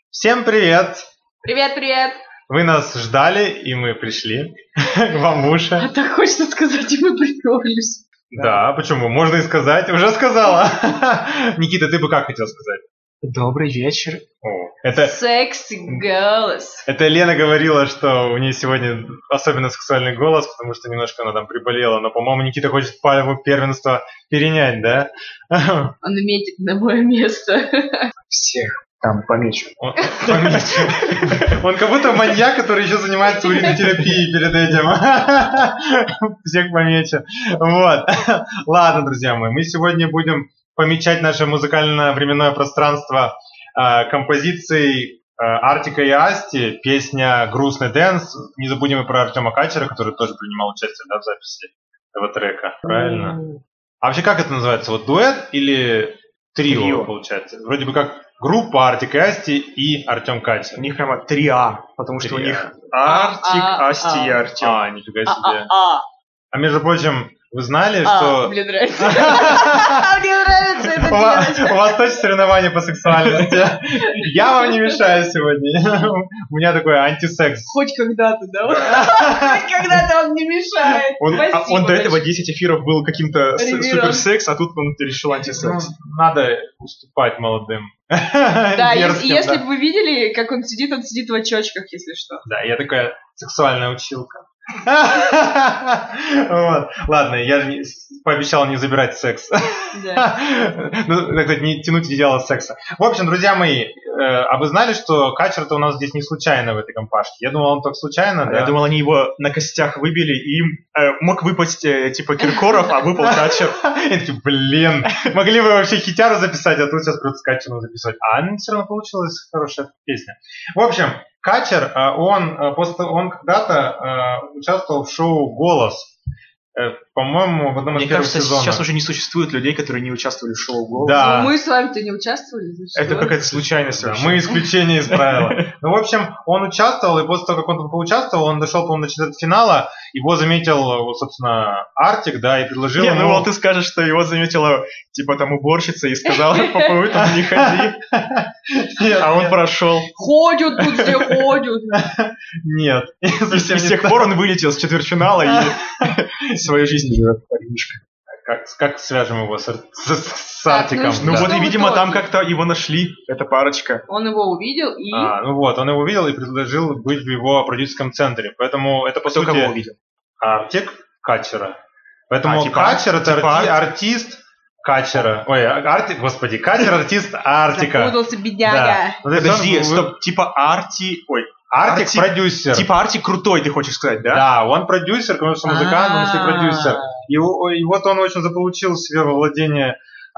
Всем привет! Привет! Вы нас ждали, и мы пришли к вам в уши. А так хочется сказать, и мы приперлись. Да, почему? Можно и сказать. Уже сказала. Никита, ты бы как хотел сказать? Добрый вечер. Секси голос. Это Лена говорила, что у нее сегодня особенно сексуальный голос, потому что немножко она там приболела. Но, по-моему, Никита хочет пальму первенства перенять, да? Он метит на мое место. Всех там помечу. Он как будто маньяк, который еще занимается уринотерапией перед этим. Всех помечу. Вот. Ладно, друзья мои, мы сегодня будем помечать наше музыкально-временное пространство композицией Артика и Асти, песня «Грустный дэнс». Не забудем и про Артема Качера, который тоже принимал участие, да, в записи этого трека. Правильно? А вообще как это называется? Вот дуэт или трио получается? Вроде бы как группа Артик и Асти и Артем Качер. У них прямо 3А, потому что у них Артик, Асти и Артем. Нифига себе. А между прочим, вы знали, что... Мне нравится. Мне нравится это делать. У вас точно соревнования по сексуальности. Я вам не мешаю сегодня. У меня такой антисекс. Хоть когда-то, да? Хоть когда-то он не мешает. Он до этого 10 эфиров был каким-то суперсекс, а тут он решил антисекс. Надо уступать молодым. Да, если бы вы видели, как он сидит в очочках, если что. Да, я такая сексуальная училка. Вот. Ладно, я же пообещал не забирать секс. Ну, так сказать, не тянуть идеала секса. В общем, друзья мои, а вы знали, что Качер-то у нас здесь не случайно в этой компашке? Я думал, он только случайно, да? Я думал, они его на костях выбили, и им мог выпасть типа Киркоров, а выпал Качер. Я такие, блин, могли бы вообще хитяру записать, а тут сейчас придется с Качером записывать. А все равно получилась хорошая песня. В общем, Качер, он когда-то участвовал в шоу «Голос». По-моему, в одном из первых сезонов. Мне кажется, сейчас уже не существует людей, которые не участвовали в шоу «Голос». Да. Ну, мы с вами-то не участвовали. Это какая-то случайность вообще. Мы исключение из правила. Ну, в общем, он участвовал, и после того, как он поучаствовал, он дошел, по-моему, до четвертьфинала. Его заметил, собственно, Артик, да, и предложил ему... Ну, ты скажешь, что его заметила, типа, там, уборщица и сказала, попой там не ходи. А он прошел. Ходят тут все, ходят. Нет. И с тех пор он вылетел с четвертьфинала и свою жизнь живет парнишка. Как свяжем его с Артиком? Ну вот и, видимо, там как-то его нашли, эта парочка. Он его увидел и... Ну вот, он его увидел и предложил быть в его продюсерском центре. Поэтому это, по сути... Кто кого увидел? Артик Качера. Поэтому Качер это артист Качера. Ой, Артик, господи, Качер артист Артика. Запутался, бедняга. Подожди, стоп, типа Арти... Ой. Артик продюсер. Типа Артик крутой, ты хочешь сказать, да? Да, он продюсер, потому что музыкант, он еще продюсер. И вот он очень заполучил себе во владение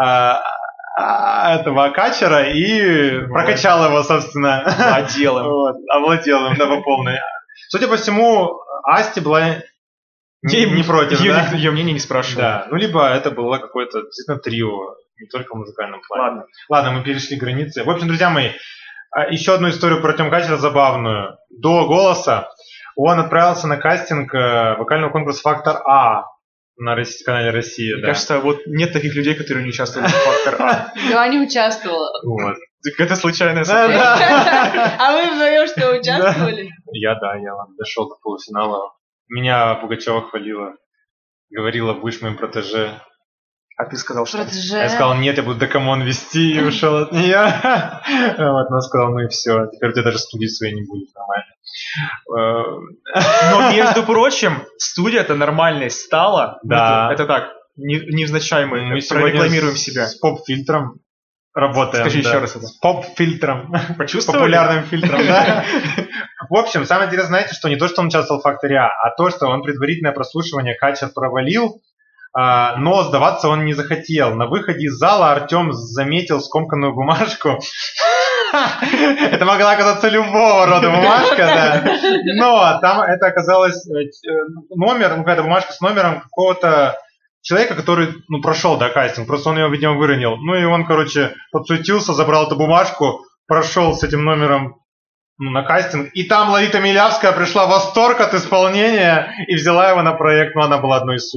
этого Качера и прокачал его, собственно. Овладел им. Овладел им, да, по полной. Судя по всему, Асти была не против, да? Ее мнение не спрашивали. Да, ну либо это было какое-то действительно трио, не только в музыкальном плане. Ладно, мы перешли границы. В общем, друзья мои, еще одну историю про Артема Качера забавную. До «Голоса» он отправился на кастинг вокального конкурса «Фактор А» на канале «Россия». Мне кажется, вот нет таких людей, которые не участвовали в «Фактор А». Да, не участвовала. Вот. Это случайное событие. А вы вдвоем что, участвовали? Я дошел до полуфинала. Меня Пугачева хвалила. Говорила, будешь моим протеже. А ты сказал, что? Я сказал, нет, я буду Докамон вести, и ушел от нее. Вот, она сказала, ну и все, теперь у тебя даже студии своей не будет, нормально. Но, между прочим, студия-то нормальность стала. Да. Это так, невзначай мы прорекламируем себя. С поп-фильтром работаем. Скажи еще раз это. С поп-фильтром. Почувствовали? Популярным фильтром, да. В общем, самое интересное, знаете, что не то, что он участвовал в «Факторе А», а то, что он предварительное прослушивание Качер провалил, но сдаваться он не захотел. На выходе из зала Артем заметил скомканную бумажку. Это могла оказаться любого рода бумажка, да. Но там это оказалось номер, какая-то бумажка с номером какого-то человека, который, прошел, да, кастинг. Просто он ее, видимо, выронил. Ну и он, подсуетился, забрал эту бумажку, прошел с этим номером на кастинг. И там Лолита Милявская пришла в восторг от исполнения и взяла его на проект. Но она была одной из судей.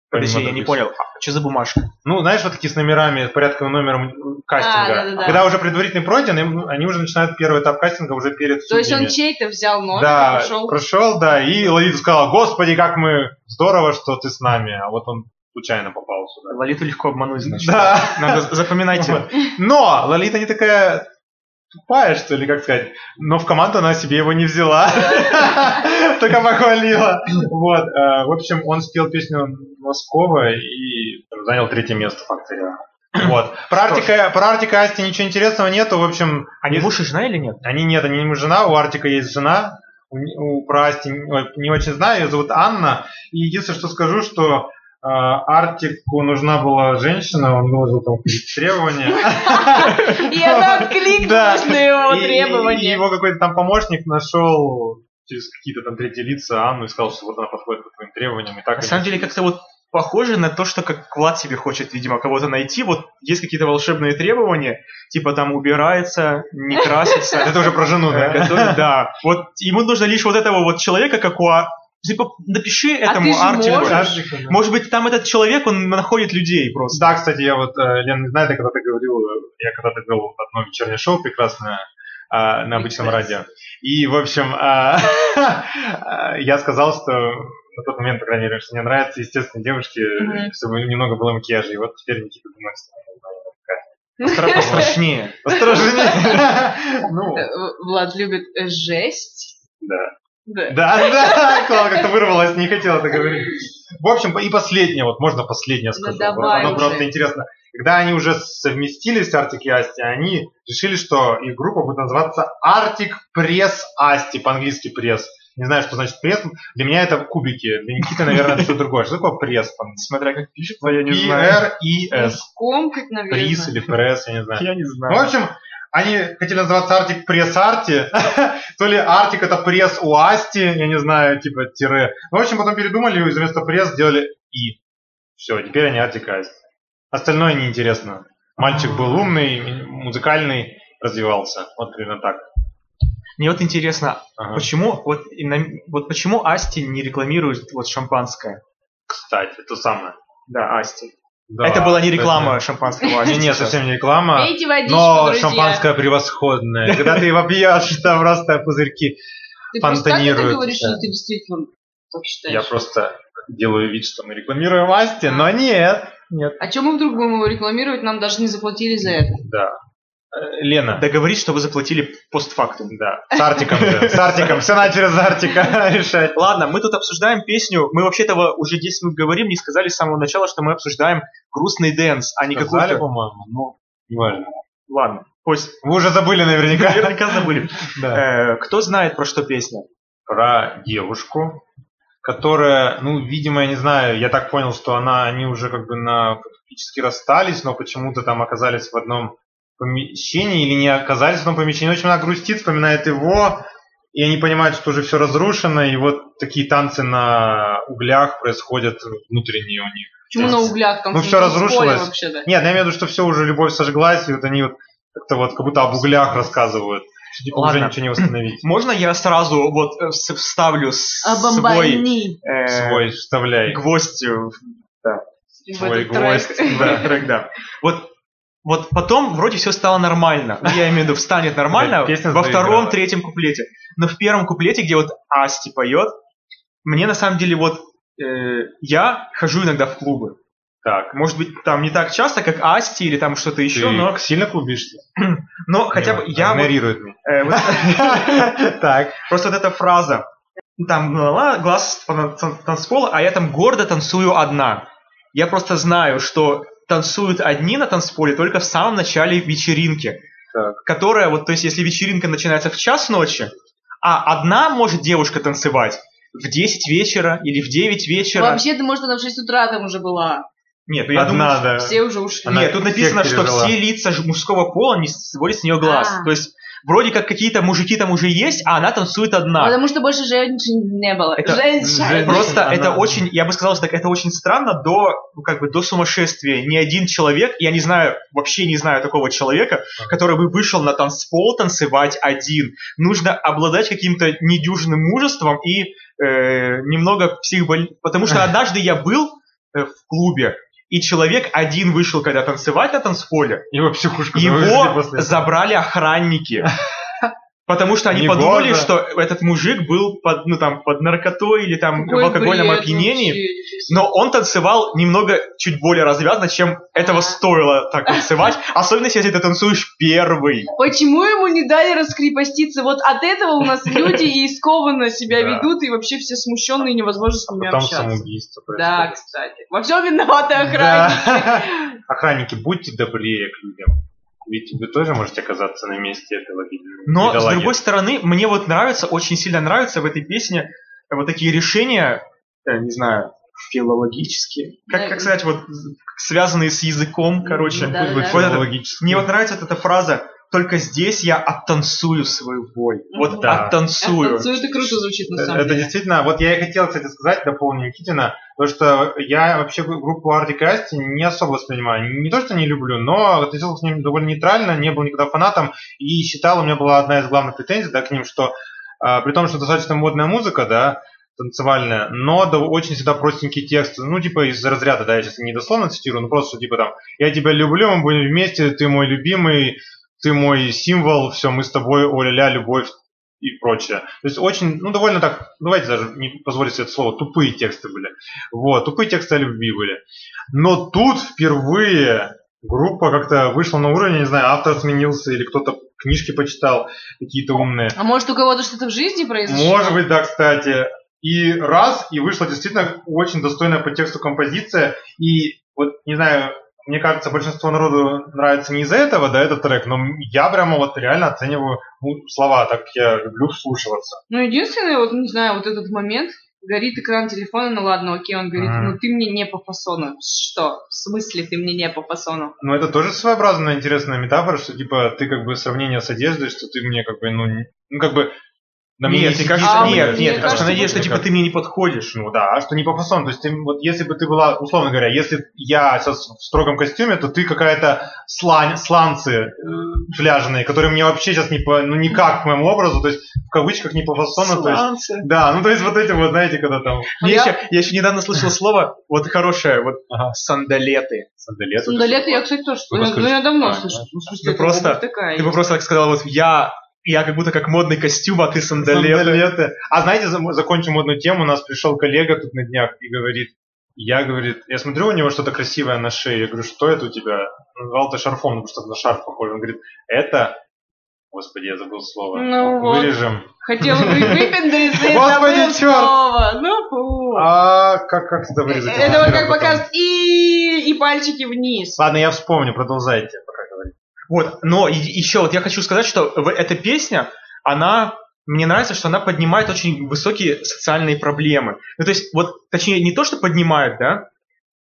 Подожди, я не понял, что за бумажка? Ну, знаешь, вот такие с номерами, порядковым номером кастинга. Да. Когда уже предварительный пройден, они уже начинают первый этап кастинга уже перед судьями. То есть он чей-то взял номер, да, прошел, да, и Лолита сказала: господи, как мы здорово, что ты с нами. А вот он случайно попал сюда. Лолиту легко обмануть, значит. Да. Надо запоминать. Но Лолита не такая тупая, что ли, как сказать. Но в команду она себе его не взяла. Только похвалила. Вот. В общем, он спел песню Носкова и занял 3-е место в «Факторе». Вот. Про Артика и Асти ничего интересного нету. В общем, они муж и жена или нет? Они не муж и жена. У Артика есть жена. Про Асти не очень знаю. Ее зовут Анна. И единственное, что скажу, что Артику нужна была женщина, он выложил там требования. И она откликнулась на его требования. И его какой-то там помощник нашел через какие-то там третьи лица Анну и сказал, что вот она подходит к твоим требованиям. На самом деле как-то вот похоже на то, что как Влад себе хочет, видимо, кого-то найти. Вот есть какие-то волшебные требования, типа там убирается, не красится. Это уже про жену, да? Да. Вот ему нужно лишь вот этого вот человека, как у... Типа, напиши этому Артику. Может быть, там этот человек, он находит людей просто. Да, кстати, я вот, Лен, не знаю, ты когда-то говорил, я когда-то вел одно вечернее шоу прекрасное на обычном радио. И, в общем, я сказал, что на тот момент, по крайней мере, что мне нравятся естественные девушки, чтобы немного было макияжа. И вот теперь Никита думает, что пострашнее. Влад любит жесть. Да. Да, Клава как-то вырвалась, не хотела это говорить. В общем, и последнее, вот можно последнее сказать. Оно просто интересно. Когда они уже совместились, Артик и Асти, они решили, что их группа будет называться Arctic Press Asti, по-английски пресс. Не знаю, что значит пресс. Для меня это кубики. Для Никиты, наверное, это что-то другое. Что такое пресс? Смотря как пишет, я не знаю. P-R-E-S. Комкать, наверное. Пресс или пресс, я не знаю. Я не знаю. В общем, они хотели называться Arctic Press Arti, то ли Arctic это пресс у Асти, я не знаю, типа тире. В общем, потом передумали и вместо пресс сделали И. Все, теперь они Arctic и Асти. Остальное неинтересно. Мальчик был умный, музыкальный, развивался. Вот примерно так. Мне вот интересно, почему почему Асти не рекламирует вот шампанское? Кстати, то самое. Да, Асти. Да, это была не реклама шампанского. Нет, совсем не реклама. Пейте водичку, но друзья. Шампанское превосходное. Когда ты его пьешь, там просто пузырьки фонтанируют. Ты говоришь, что ты действительно так считаешь? Я просто делаю вид, что мы рекламируем Асти, но нет. А чем мы вдруг будем его рекламировать? Нам даже не заплатили за это. Да. Лена. Договорись, что вы заплатили постфактум. Да. С Артиком же. С Артиком. Все начали за Артика решать. Ладно, мы тут обсуждаем песню. Мы вообще этого уже 10 минут говорим, не сказали с самого начала, что мы обсуждаем грустный дэнс, а не какой-то... по-моему. Ну, не важно. Ладно. Пусть... Вы уже забыли наверняка. Наверняка забыли. Да. Кто знает, про что песня? Про девушку, которая, ну, видимо, я не знаю, я так понял, что они уже как бы фактически расстались, но почему-то там оказались в одном помещении или не оказались в одном помещении. В общем, она грустит, вспоминает его, и они понимают, что уже все разрушено, и вот такие танцы на углях происходят внутренние у них. Почему на углях? Там все разрушилось. Вообще-то. Нет, я имею в виду, что все уже любовь сожглась, и вот они вот как-то вот как будто об углях рассказывают. Типа уже ничего не восстановить. Можно я сразу вот вставлю свой вставляй. Гвоздь. Да. Свой гвоздь. Трек, да. Вот потом вроде все стало нормально. Ну, я имею в виду, встанет нормально во втором, третьем куплете. Но в первом куплете, где вот Асти поет, мне на самом деле вот я хожу иногда в клубы. Так. Может быть, там не так часто, как Асти или там что-то еще, но... сильно клубишься? Но хотя бы я... Игнорирует меня. Так. Просто вот эта фраза. Там глаз танцпола, а я там гордо танцую одна. Я просто знаю, что танцуют одни на танцполе только в самом начале вечеринки. Так. Которая, вот, то есть, если вечеринка начинается в 1:00 ночи, а одна может девушка танцевать в 10 вечера или в 9 вечера. Вообще-то, может, она в 6 утра там уже была. Нет, ну я думаю, да. Все уже ушли. Нет, тут написано, что все лица мужского пола не сводят с нее глаз. То есть, вроде как какие-то мужики там уже есть, а она танцует одна. Потому что больше женщин не было. Просто это очень, я бы сказал, что это очень странно до сумасшествия. Ни один человек, я не знаю, вообще не знаю такого человека, который бы вышел на танцпол танцевать один. Нужно обладать каким-то недюжинным мужеством и немного потому что однажды я был в клубе, и человек один вышел, когда танцевать на танцполе, его психушку его забрали охранники. Потому что они подумали, что этот мужик был под наркотой или там в алкогольном опьянении, но он танцевал немного чуть более развязно, чем этого стоило так танцевать, особенно если ты танцуешь первый. Почему ему не дали раскрепоститься? Вот от этого у нас люди и скованно себя ведут, и вообще все смущенные, и невозможно с ними общаться. Потом самоубийство происходит. Да, кстати. Во всем виноваты охранники. Охранники, будьте добрее к людям. Ведь вы тоже можете оказаться на месте этой логики. Но, с другой стороны, мне вот нравится, очень сильно нравится в этой песне вот такие решения, не знаю, филологические. Как сказать, вот связанные с языком, короче. Мне вот нравится эта фраза «Только здесь я оттанцую свою боль». Вот оттанцую. Оттанцую, это круто звучит на самом деле. Это действительно, вот я и хотел, кстати, сказать, дополнить Никитина, потому что я вообще группу Arctic и Asti не особо воспринимаю. Не то, что не люблю, но относился к ним довольно нейтрально, не был никогда фанатом, и считал, у меня была одна из главных претензий к ним, что при том, что достаточно модная музыка, да, танцевальная, но очень всегда простенькие тексты, ну, типа из разряда, да, я сейчас не дословно цитирую, но просто, типа там, я тебя люблю, мы будем вместе, ты мой любимый, ты мой символ, все, мы с тобой, о-ля-ля, любовь и прочее. То есть очень, ну, довольно так, давайте даже не позволить себе это слово, тупые тексты были. Вот, тупые тексты о любви были. Но тут впервые группа как-то вышла на уровень, не знаю, автор сменился или кто-то книжки почитал какие-то умные. А может, у кого-то что-то в жизни произошло? Может быть, да, кстати. И вышла действительно очень достойная по тексту композиция. И вот, не знаю, мне кажется, большинство народу нравится не из-за этого, да, этот трек, но я прямо вот реально оцениваю слова, так как я люблю вслушиваться. Ну, единственное, вот, не знаю, вот этот момент, горит экран телефона, ну ладно, окей, он говорит, ну ты мне не по фасону. Что? В смысле ты мне не по фасону? Ну, это тоже своеобразная интересная метафора, что, типа, ты как бы сравнение с одеждой, что ты мне как бы, ну как бы... Нет, мне кажется, надеюсь, что типа ты мне не подходишь. Ну да, что не по фасону. То есть, вот если бы ты была, условно говоря, если я сейчас в строгом костюме, то ты какая-то сланцы пляжные, которые мне вообще сейчас никак к моему образу, то есть в кавычках не по фасону. Сланцы. То есть, да, ну то есть вот эти вот, знаете, когда там... Я еще недавно слышал слово, вот хорошее, вот сандалеты. Сандалеты я, кстати, тоже. Ну я давно слышал. Ты бы просто так сказала, вот я как будто как модный костюм, а ты сандалеты. А знаете, закончим модную тему, у нас пришел коллега тут на днях и говорит, я смотрю, у него что-то красивое на шее, я говорю, что это у тебя? Он назвал это шарфом, потому что на шарф похоже. Он говорит, это... Господи, я забыл слово. Ну вырежем. Хотел выпендриться и забыл слово. Ну фу. А как это вырезать? Это вот как показывает и пальчики вниз. Ладно, я вспомню, продолжайте. Вот, но еще вот я хочу сказать, что эта песня, мне нравится, что она поднимает очень высокие социальные проблемы. Ну, то есть, вот, точнее, не то, что поднимает, да,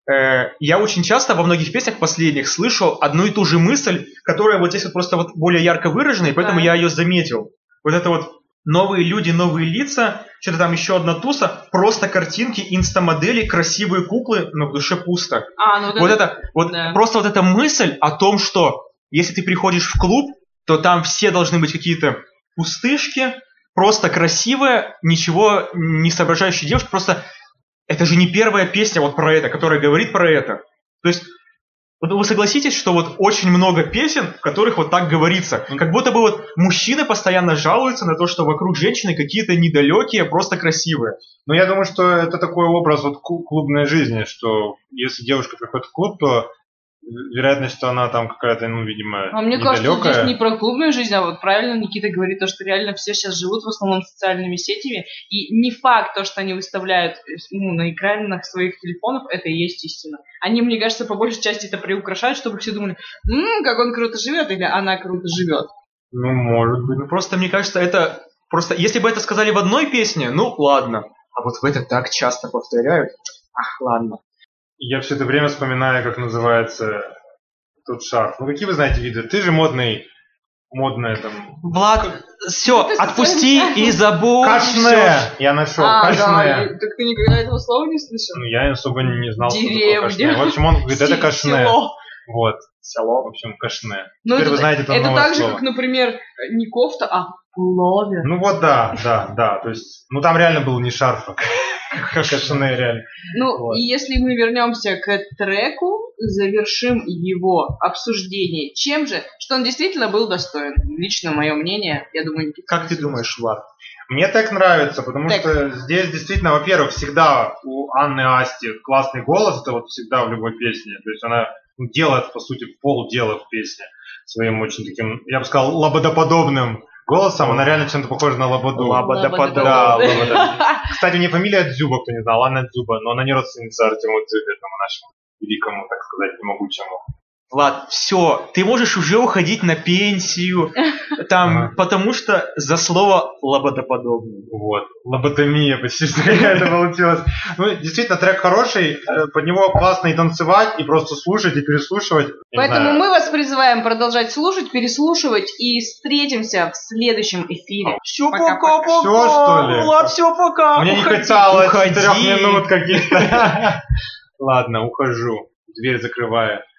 я очень часто во многих песнях последних слышу одну и ту же мысль, которая вот здесь вот просто вот более ярко выражена, и поэтому я ее заметил. Вот это вот новые люди, новые лица, что-то там еще одна туса, просто картинки, инстамодели, красивые куклы, но в душе пусто. Просто вот эта мысль о том, что если ты приходишь в клуб, то там все должны быть какие-то пустышки, просто красивые, ничего не соображающие девушки. Просто это же не первая песня вот про это, которая говорит про это. То есть вот вы согласитесь, что вот очень много песен, в которых вот так говорится. Как будто бы вот мужчины постоянно жалуются на то, что вокруг женщины какие-то недалекие, просто красивые. Но я думаю, что это такой образ вот клубной жизни, что если девушка приходит в клуб, то вероятность, что она там какая-то, ну, видимо, а мне кажется, здесь не про клубную жизнь, а вот правильно Никита говорит, то, что реально все сейчас живут в основном социальными сетями, и не факт то, что они выставляют на экранах своих телефонов, это и есть истина. Они, мне кажется, по большей части это приукрашают, чтобы все думали, как он круто живет, или она круто живет. Ну, может быть. Ну, просто, мне кажется, это просто, если бы это сказали в одной песне, ну, ладно. А вот в это так часто повторяют, ладно. Я все это время вспоминаю, как называется тот шарф. Ну, какие вы знаете виды? Ты же модная там... Влад, все, отпусти и забудь. Кашне! Я нашел. Кашне. Да. Так ты никогда этого слова не слышал? Ну, я особо не знал, что такое кашне. В общем, он говорит, это кашне. Село. Вот. Село, в общем, кашне. Но теперь вы знаете это новое так слово. же, как, например, не кофта, а пуловер. Ну вот да. То есть, ну там реально был не шарф. Кашине, реально. Ну, вот. И если мы вернемся к треку, завершим его обсуждение. Чем же? Что он действительно был достоин. Лично мое мнение, я думаю, Никита. Как ты думаешь, Влад? Мне так нравится, потому что здесь действительно, во-первых, всегда у Анны Асти классный голос, это вот всегда в любой песне. То есть она делает, по сути, полдела в песне своим очень таким, я бы сказал, лободоподобным голосом. Она реально чем-то похожа на лободу. Лободоподобный. Да, лобода. Кстати, у нее фамилия Дзюба, кто не знал, Анна Дзюба, но она не родственница Артему Дзюбе, этому нашему великому, так сказать, немогучему. Влад, все, ты можешь уже уходить на пенсию, там, потому что за слово лободоподобный. Вот, лоботомия почти что какая-то получилась. Ну, действительно, трек хороший, под него классно и танцевать, и просто слушать, и переслушивать. Поэтому мы вас призываем продолжать слушать, переслушивать, и встретимся в следующем эфире. Все, пока. Все, что ли? Влад, все, пока. Мне не хватало 4 минут каких-то. Ладно, ухожу. Дверь закрываю.